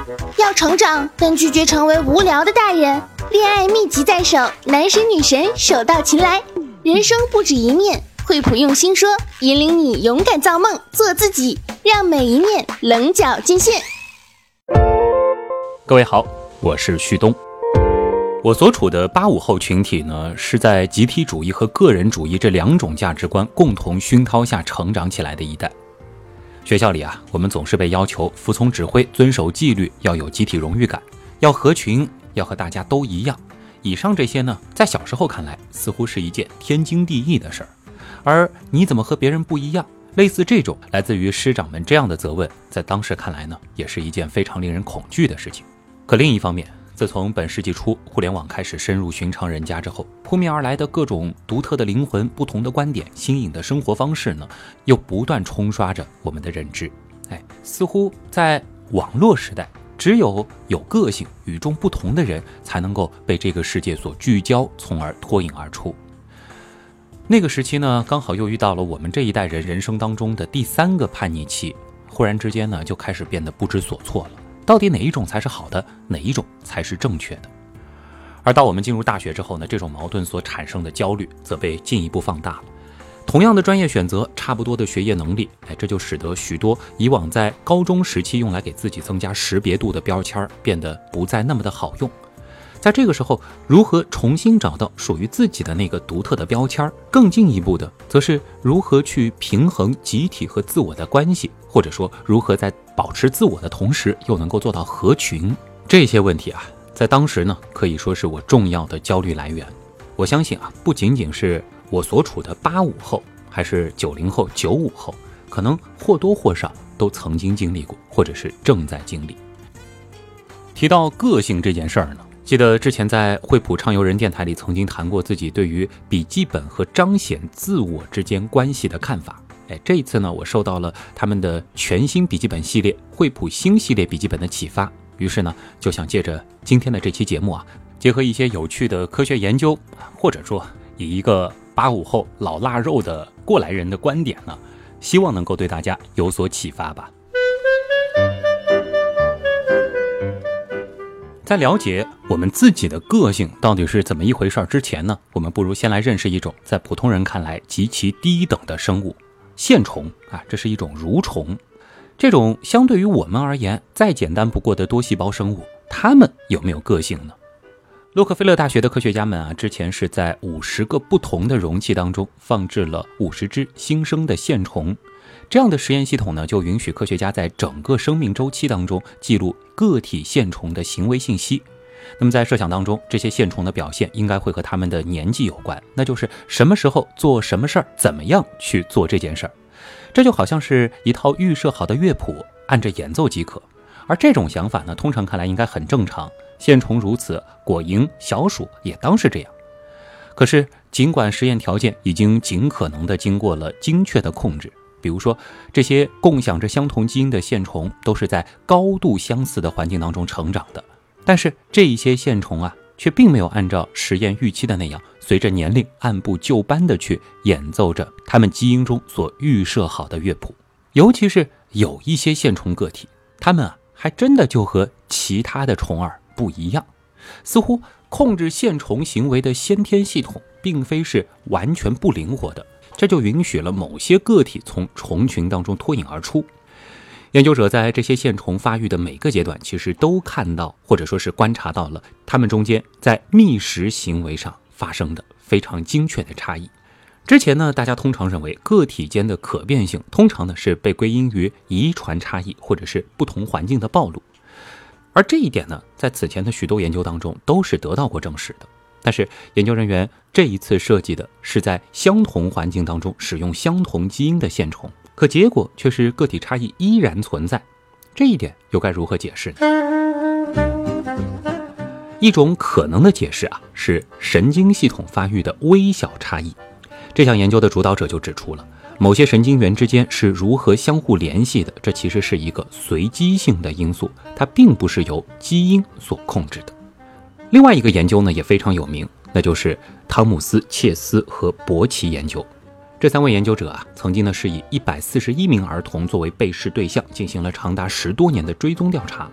要成长，但拒绝成为无聊的大人。恋爱秘籍在手，男神女神手到擒来。人生不止一面，惠普用心说，引领你勇敢造梦，做自己，让每一面棱角尽现。 各位好，我是旭东。我所处的85后群体呢，是在集体主义和个人主义这两种价值观共同熏陶下成长起来的一代。学校里啊，我们总是被要求服从指挥，遵守纪律，要有集体荣誉感，要合群，要和大家都一样。以上这些呢，在小时候看来似乎是一件天经地义的事儿。而你怎么和别人不一样，类似这种来自于师长们这样的责问，在当时看来呢，也是一件非常令人恐惧的事情。可另一方面，自从本世纪初互联网开始深入寻常人家之后，扑面而来的各种独特的灵魂、不同的观点、新颖的生活方式呢，又不断冲刷着我们的认知。似乎在网络时代，只有个性、与众不同的人才能够被这个世界所聚焦，从而脱颖而出。那个时期呢，刚好又遇到了我们这一代人人生当中的第3个叛逆期，忽然之间呢，就开始变得不知所措了。到底哪一种才是好的，哪一种才是正确的？而到我们进入大学之后呢，这种矛盾所产生的焦虑则被进一步放大了。同样的专业选择，差不多的学业能力，这就使得许多以往在高中时期用来给自己增加识别度的标签变得不再那么的好用。在这个时候，如何重新找到属于自己的那个独特的标签，更进一步的则是如何去平衡集体和自我的关系，或者说如何在保持自我的同时又能够做到合群。这些问题啊，在当时呢，可以说是我重要的焦虑来源。我相信啊，不仅仅是我所处的85后，还是90后、95后，可能或多或少都曾经经历过，或者是正在经历。提到个性这件事儿呢，记得之前在惠普畅游人电台里曾经谈过自己对于笔记本和彰显自我之间关系的看法。这一次呢，我受到了他们的全新笔记本系列惠普新系列笔记本的启发，于是呢，就想借着今天的这期节目啊，结合一些有趣的科学研究，或者说以一个85后老腊肉的过来人的观点呢，希望能够对大家有所启发吧。在了解我们自己的个性到底是怎么一回事之前呢，我们不如先来认识一种在普通人看来极其低等的生物——线虫啊，这是一种蠕虫。这种相对于我们而言再简单不过的多细胞生物，它们有没有个性呢？洛克菲勒大学的科学家们啊，之前是在50个不同的容器当中放置了50只新生的线虫。这样的实验系统呢，就允许科学家在整个生命周期当中记录个体线虫的行为信息。那么在设想当中，这些线虫的表现应该会和它们的年纪有关，那就是什么时候做什么事儿，怎么样去做这件事儿。这就好像是一套预设好的乐谱，按着演奏即可。而这种想法呢，通常看来应该很正常，线虫如此，果蝇、小鼠也当是这样。可是尽管实验条件已经尽可能的经过了精确的控制，比如说这些共享着相同基因的线虫都是在高度相似的环境当中成长的，但是这一些线虫啊，却并没有按照实验预期的那样，随着年龄按部就班的去演奏着它们基因中所预设好的乐谱。尤其是有一些线虫个体，它们啊还真的就和其他的虫儿不一样，似乎控制线虫行为的先天系统并非是完全不灵活的，这就允许了某些个体从虫群当中脱颖而出。研究者在这些线虫发育的每个阶段，其实都看到或者说是观察到了它们中间在觅食行为上发生的非常精确的差异。之前呢，大家通常认为个体间的可变性通常呢是被归因于遗传差异或者是不同环境的暴露，而这一点呢，在此前的许多研究当中都是得到过证实的。但是研究人员这一次设计的是在相同环境当中使用相同基因的线虫，可结果却是个体差异依然存在。这一点又该如何解释呢？一种可能的解释啊，是神经系统发育的微小差异。这项研究的主导者就指出了，某些神经元之间是如何相互联系的，这其实是一个随机性的因素，它并不是由基因所控制的。另外一个研究呢也非常有名，那就是汤姆斯、切斯和伯奇研究。这3位研究者啊，曾经呢是以141名儿童作为被试对象，进行了长达10多年的追踪调查。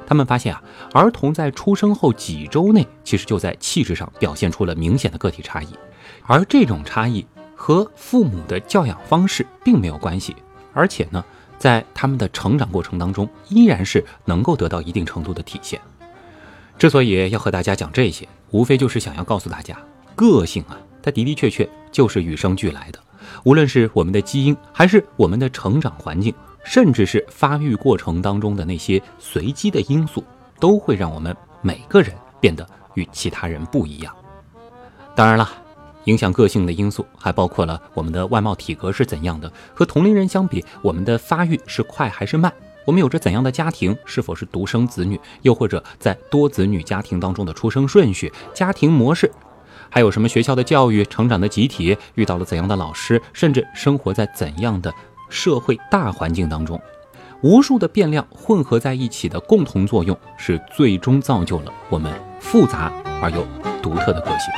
他们发现儿童在出生后几周内，其实就在气质上表现出了明显的个体差异，而这种差异和父母的教养方式并没有关系，而且呢，在他们的成长过程当中，依然是能够得到一定程度的体现。之所以要和大家讲这些，无非就是想要告诉大家，个性它的的确确就是与生俱来的，无论是我们的基因，还是我们的成长环境，甚至是发育过程当中的那些随机的因素，都会让我们每个人变得与其他人不一样。当然了，影响个性的因素还包括了我们的外貌体格是怎样的，和同龄人相比，我们的发育是快还是慢，我们有着怎样的家庭，是否是独生子女，又或者在多子女家庭当中的出生顺序、家庭模式，还有什么学校的教育、成长的集体，遇到了怎样的老师，甚至生活在怎样的社会大环境当中，无数的变量混合在一起的共同作用，是最终造就了我们复杂而又独特的个性。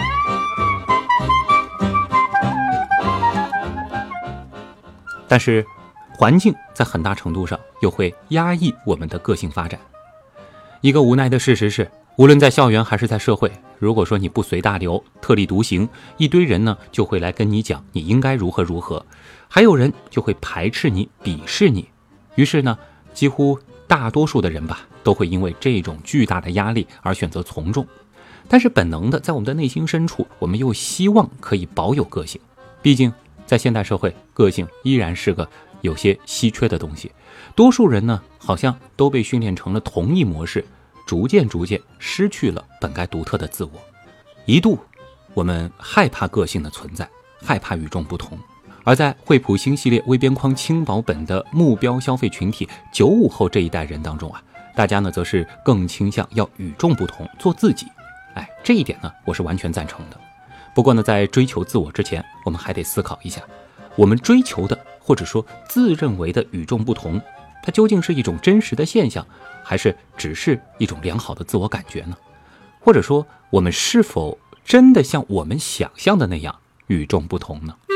但是环境在很大程度上又会压抑我们的个性发展。一个无奈的事实是，无论在校园还是在社会，如果说你不随大流，特立独行，一堆人呢就会来跟你讲你应该如何如何，还有人就会排斥你、鄙视你。于是呢，几乎大多数的人吧，都会因为这种巨大的压力而选择从众。但是本能的，在我们的内心深处，我们又希望可以保有个性。毕竟在现代社会，个性依然是个有些稀缺的东西。多数人呢，好像都被训练成了同一模式，逐渐失去了本该独特的自我。一度我们害怕个性的存在，害怕与众不同。而在惠普新系列微边框轻薄本的目标消费群体95后这一代人当中大家呢则是更倾向要与众不同，做自己。这一点呢，我是完全赞成的。不过呢，在追求自我之前，我们还得思考一下，我们追求的或者说自认为的与众不同，它究竟是一种真实的现象，还是只是一种良好的自我感觉呢？或者说，我们是否真的像我们想象的那样与众不同呢？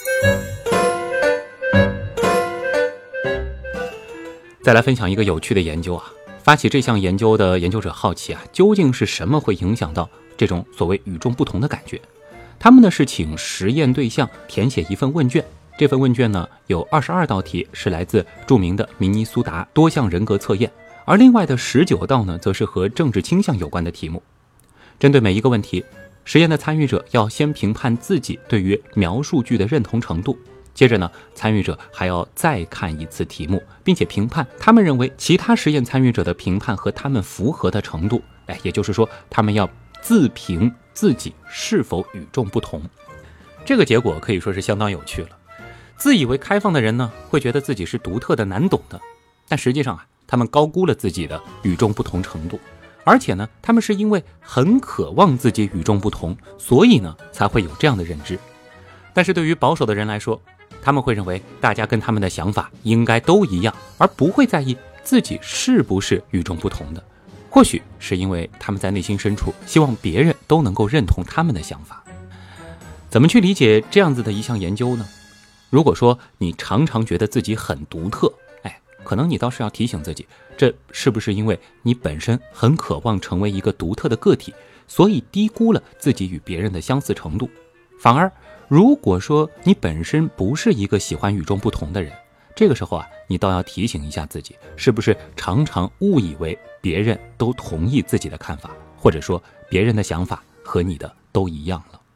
再来分享一个有趣的研究发起这项研究的研究者好奇究竟是什么会影响到这种所谓与众不同的感觉。他们呢是请实验对象填写一份问卷，这份问卷呢有22道题是来自著名的明尼苏达多项人格测验，而另外的19道呢则是和政治倾向有关的题目。针对每一个问题，实验的参与者要先评判自己对于描述句的认同程度，接着呢，参与者还要再看一次题目，并且评判他们认为其他实验参与者的评判和他们符合的程度。也就是说，他们要自评自己是否与众不同。这个结果可以说是相当有趣了。自以为开放的人呢，会觉得自己是独特的、难懂的，但实际上他们高估了自己的与众不同程度。而且呢，他们是因为很渴望自己与众不同，所以呢，才会有这样的认知。但是对于保守的人来说，他们会认为大家跟他们的想法应该都一样，而不会在意自己是不是与众不同的。或许是因为他们在内心深处希望别人都能够认同他们的想法。怎么去理解这样子的一项研究呢？如果说你常常觉得自己很独特，可能你倒是要提醒自己，这是不是因为你本身很渴望成为一个独特的个体，所以低估了自己与别人的相似程度。反而如果说你本身不是一个喜欢与众不同的人，这个时候你倒要提醒一下自己，是不是常常误以为别人都同意自己的看法，或者说别人的想法和你的都一样了。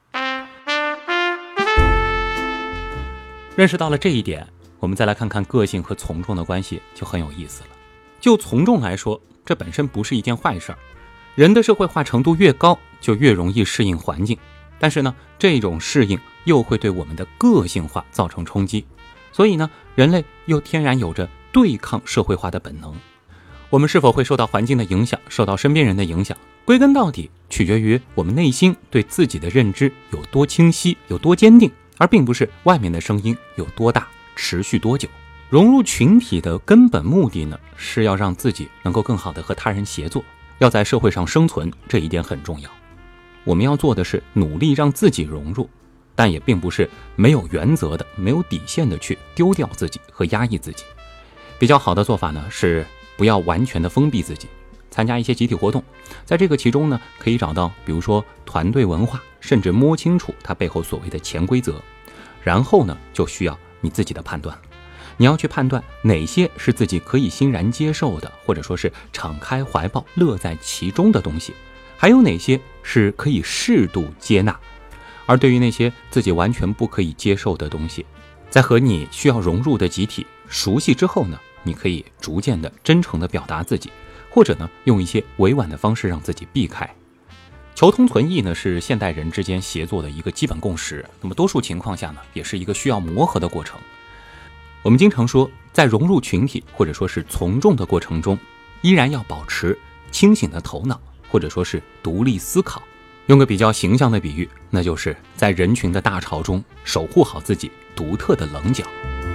认识到了这一点，我们再来看看个性和从众的关系就很有意思了。就从众来说，这本身不是一件坏事。人的社会化程度越高，就越容易适应环境，但是呢，这种适应又会对我们的个性化造成冲击。所以呢，人类又天然有着对抗社会化的本能。我们是否会受到环境的影响，受到身边人的影响，归根到底取决于我们内心对自己的认知有多清晰，有多坚定，而并不是外面的声音有多大，持续多久。融入群体的根本目的呢，是要让自己能够更好的和他人协作，要在社会上生存，这一点很重要。我们要做的是努力让自己融入，但也并不是没有原则的、没有底线的去丢掉自己和压抑自己。比较好的做法呢，是不要完全的封闭自己， 参加一些集体活动，在这个其中呢，可以找到比如说团队文化，甚至摸清楚它背后所谓的潜规则。然后呢，就需要你自己的判断了。你要去判断哪些是自己可以欣然接受的，或者说是敞开怀抱乐在其中的东西，还有哪些是可以适度接纳。而对于那些自己完全不可以接受的东西，在和你需要融入的集体熟悉之后呢，你可以逐渐的真诚的表达自己，或者呢用一些委婉的方式让自己避开。求同存异呢，是现代人之间协作的一个基本共识，那么多数情况下呢，也是一个需要磨合的过程。我们经常说，在融入群体或者说是从众的过程中，依然要保持清醒的头脑，或者说是独立思考。用个比较形象的比喻，那就是在人群的大潮中守护好自己独特的棱角。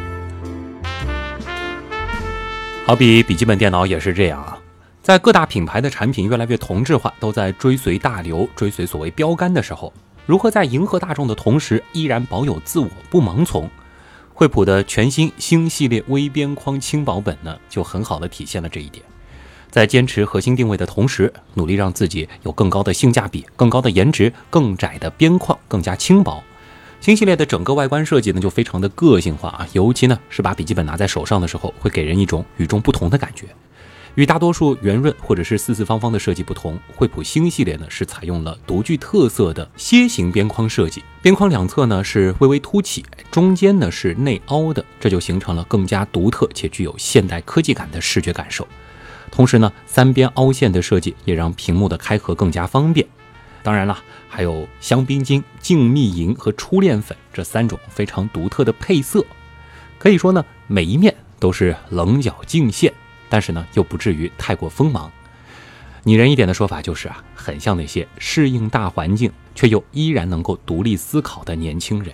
好比笔记本电脑也是这样啊，在各大品牌的产品越来越同质化，都在追随大流，追随所谓标杆的时候，如何在迎合大众的同时依然保有自我，不盲从？惠普的全新星系列微边框轻薄本呢，就很好的体现了这一点。在坚持核心定位的同时，努力让自己有更高的性价比、更高的颜值、更窄的边框、更加轻薄。新系列的整个外观设计呢，就非常的个性化啊，尤其呢是把笔记本拿在手上的时候，会给人一种与众不同的感觉。与大多数圆润或者是四四方方的设计不同，惠普新系列呢是采用了独具特色的楔形边框设计，边框两侧呢是微微凸起，中间呢是内凹的，这就形成了更加独特且具有现代科技感的视觉感受。同时呢，三边凹陷的设计也让屏幕的开合更加方便。当然了，还有香槟金、静谧银和初恋粉这三种非常独特的配色，可以说呢，每一面都是棱角尽现，但是呢，又不至于太过锋芒。拟人一点的说法就是啊，很像那些适应大环境却又依然能够独立思考的年轻人。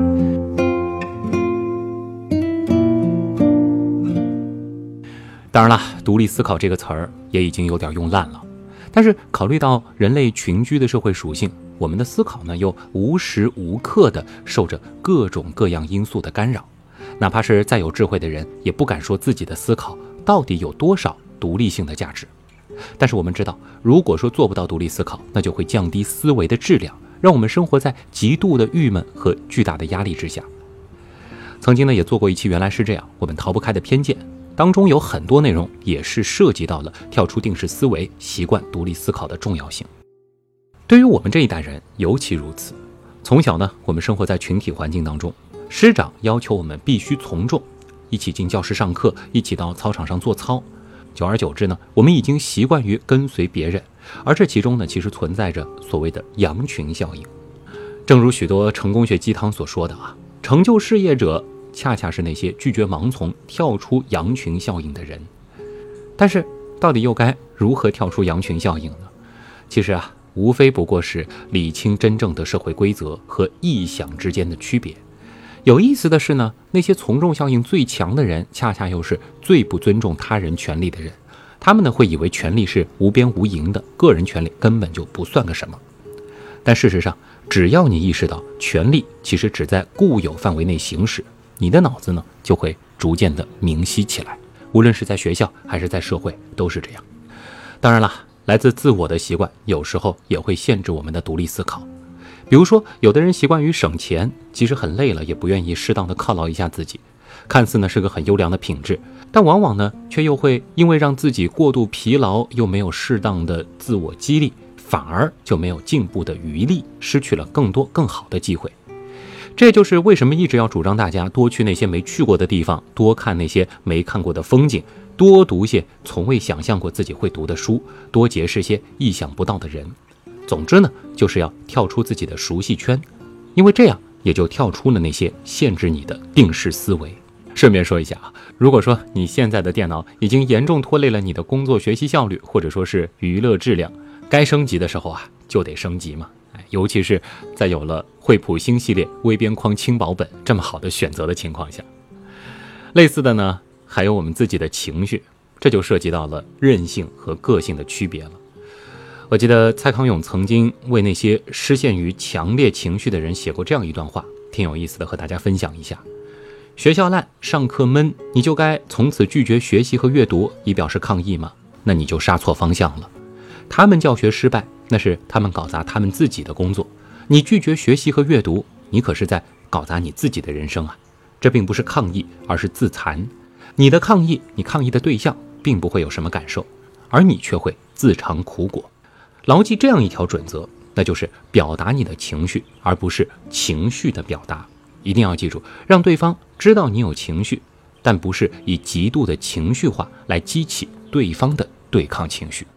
当然了，独立思考这个词儿也已经有点用烂了。但是考虑到人类群居的社会属性，我们的思考呢又无时无刻的受着各种各样因素的干扰，哪怕是再有智慧的人，也不敢说自己的思考到底有多少独立性的价值。但是我们知道，如果说做不到独立思考，那就会降低思维的质量，让我们生活在极度的郁闷和巨大的压力之下。曾经呢也做过一期原来是这样，我们逃不开的偏见，当中有很多内容也是涉及到了跳出定式思维，习惯独立思考的重要性。对于我们这一代人尤其如此，从小呢我们生活在群体环境当中，师长要求我们必须从众，一起进教室上课，一起到操场上做操，久而久之呢，我们已经习惯于跟随别人，而这其中呢其实存在着所谓的羊群效应。正如许多成功学鸡汤所说的啊，成就事业者恰恰是那些拒绝盲从、跳出羊群效应的人。但是到底又该如何跳出羊群效应呢？其实啊，无非不过是理清真正的社会规则和臆想之间的区别。有意思的是呢，那些从众效应最强的人，恰恰又是最不尊重他人权利的人。他们呢会以为权利是无边无垠的，个人权利根本就不算个什么。但事实上，只要你意识到权利其实只在固有范围内行使，你的脑子呢就会逐渐的明晰起来。无论是在学校还是在社会都是这样。当然了，来自自我的习惯有时候也会限制我们的独立思考。比如说，有的人习惯于省钱，即使很累了也不愿意适当的犒劳一下自己，看似呢是个很优良的品质，但往往呢却又会因为让自己过度疲劳，又没有适当的自我激励，反而就没有进步的余力，失去了更多更好的机会。这就是为什么一直要主张大家多去那些没去过的地方，多看那些没看过的风景，多读些从未想象过自己会读的书，多结识些意想不到的人。总之呢，就是要跳出自己的熟悉圈，因为这样也就跳出了那些限制你的定式思维。顺便说一下啊，如果说你现在的电脑已经严重拖累了你的工作学习效率，或者说是娱乐质量，该升级的时候啊就得升级嘛。尤其是在有了惠普新系列微边框轻薄本这么好的选择的情况下。类似的呢，还有我们自己的情绪，这就涉及到了韧性和个性的区别了。我记得蔡康永曾经为那些失陷于强烈情绪的人写过这样一段话，挺有意思的，和大家分享一下。学校烂，上课闷，你就该从此拒绝学习和阅读，以表示抗议吗？ 那你就杀错方向了。他们教学失败，那是他们搞砸他们自己的工作。你拒绝学习和阅读，你可是在搞砸你自己的人生啊！这并不是抗议，而是自残。你抗议的对象并不会有什么感受，而你却会自尝苦果。牢记这样一条准则，那就是表达你的情绪，而不是情绪的表达。一定要记住，让对方知道你有情绪，但不是以极度的情绪化来激起对方的对抗情绪。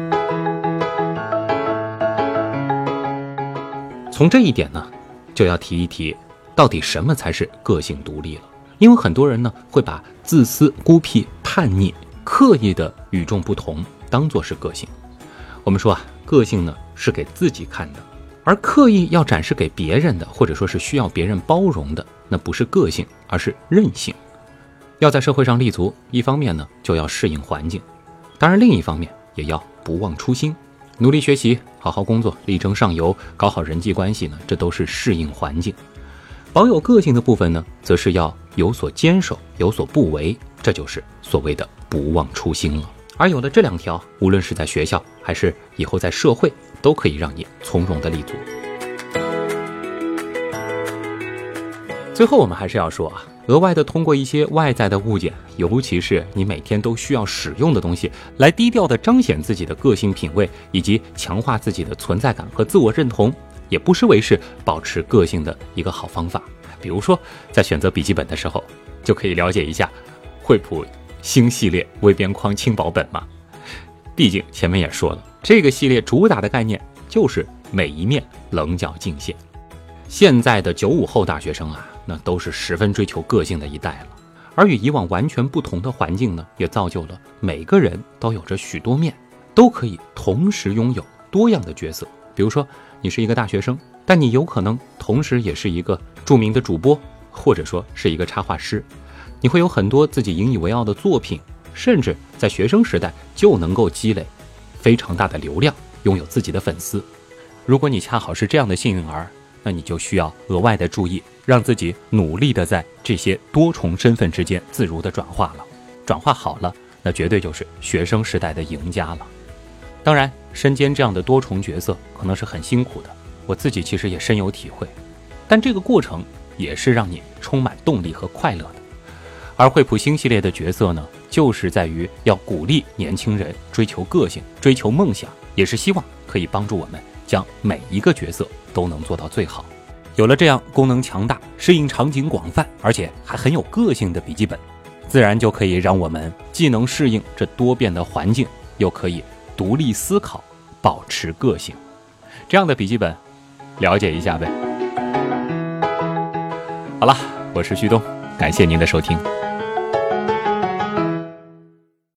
从这一点呢，就要提一提，到底什么才是个性独立了。因为很多人呢，会把自私、孤僻、叛逆、刻意的与众不同当作是个性。我们说啊，个性呢是给自己看的，而刻意要展示给别人的，或者说是需要别人包容的，那不是个性，而是任性。要在社会上立足，一方面呢就要适应环境，当然另一方面也要不忘初心，努力学习，好好工作，力争上游，搞好人际关系呢，这都是适应环境。保有个性的部分呢，则是要有所坚守，有所不为，这就是所谓的不忘初心了。而有了这2条，无论是在学校还是以后在社会，都可以让你从容的立足。最后我们还是要说啊，额外的通过一些外在的物件，尤其是你每天都需要使用的东西，来低调的彰显自己的个性品味，以及强化自己的存在感和自我认同，也不失为是保持个性的一个好方法。比如说在选择笔记本的时候，就可以了解一下惠普新系列微边框轻薄本嘛。毕竟前面也说了，这个系列主打的概念就是每一面棱角尽现。现在的95后大学生啊，那都是十分追求个性的一代了。而与以往完全不同的环境呢，也造就了每个人都有着许多面，都可以同时拥有多样的角色。比如说你是一个大学生，但你有可能同时也是一个著名的主播，或者说是一个插画师。你会有很多自己引以为傲的作品，甚至在学生时代就能够积累非常大的流量，拥有自己的粉丝。如果你恰好是这样的幸运儿，那你就需要额外的注意，让自己努力的在这些多重身份之间自如的转化了。转化好了，那绝对就是学生时代的赢家了。当然，身兼这样的多重角色可能是很辛苦的，我自己其实也深有体会，但这个过程也是让你充满动力和快乐的。而惠普新系列的角色呢，就是在于要鼓励年轻人追求个性，追求梦想，也是希望可以帮助我们将每一个角色都能做到最好。有了这样功能强大、适应场景广泛，而且还很有个性的笔记本，自然就可以让我们既能适应这多变的环境，又可以独立思考，保持个性。这样的笔记本，了解一下呗。好了，我是旭东，感谢您的收听。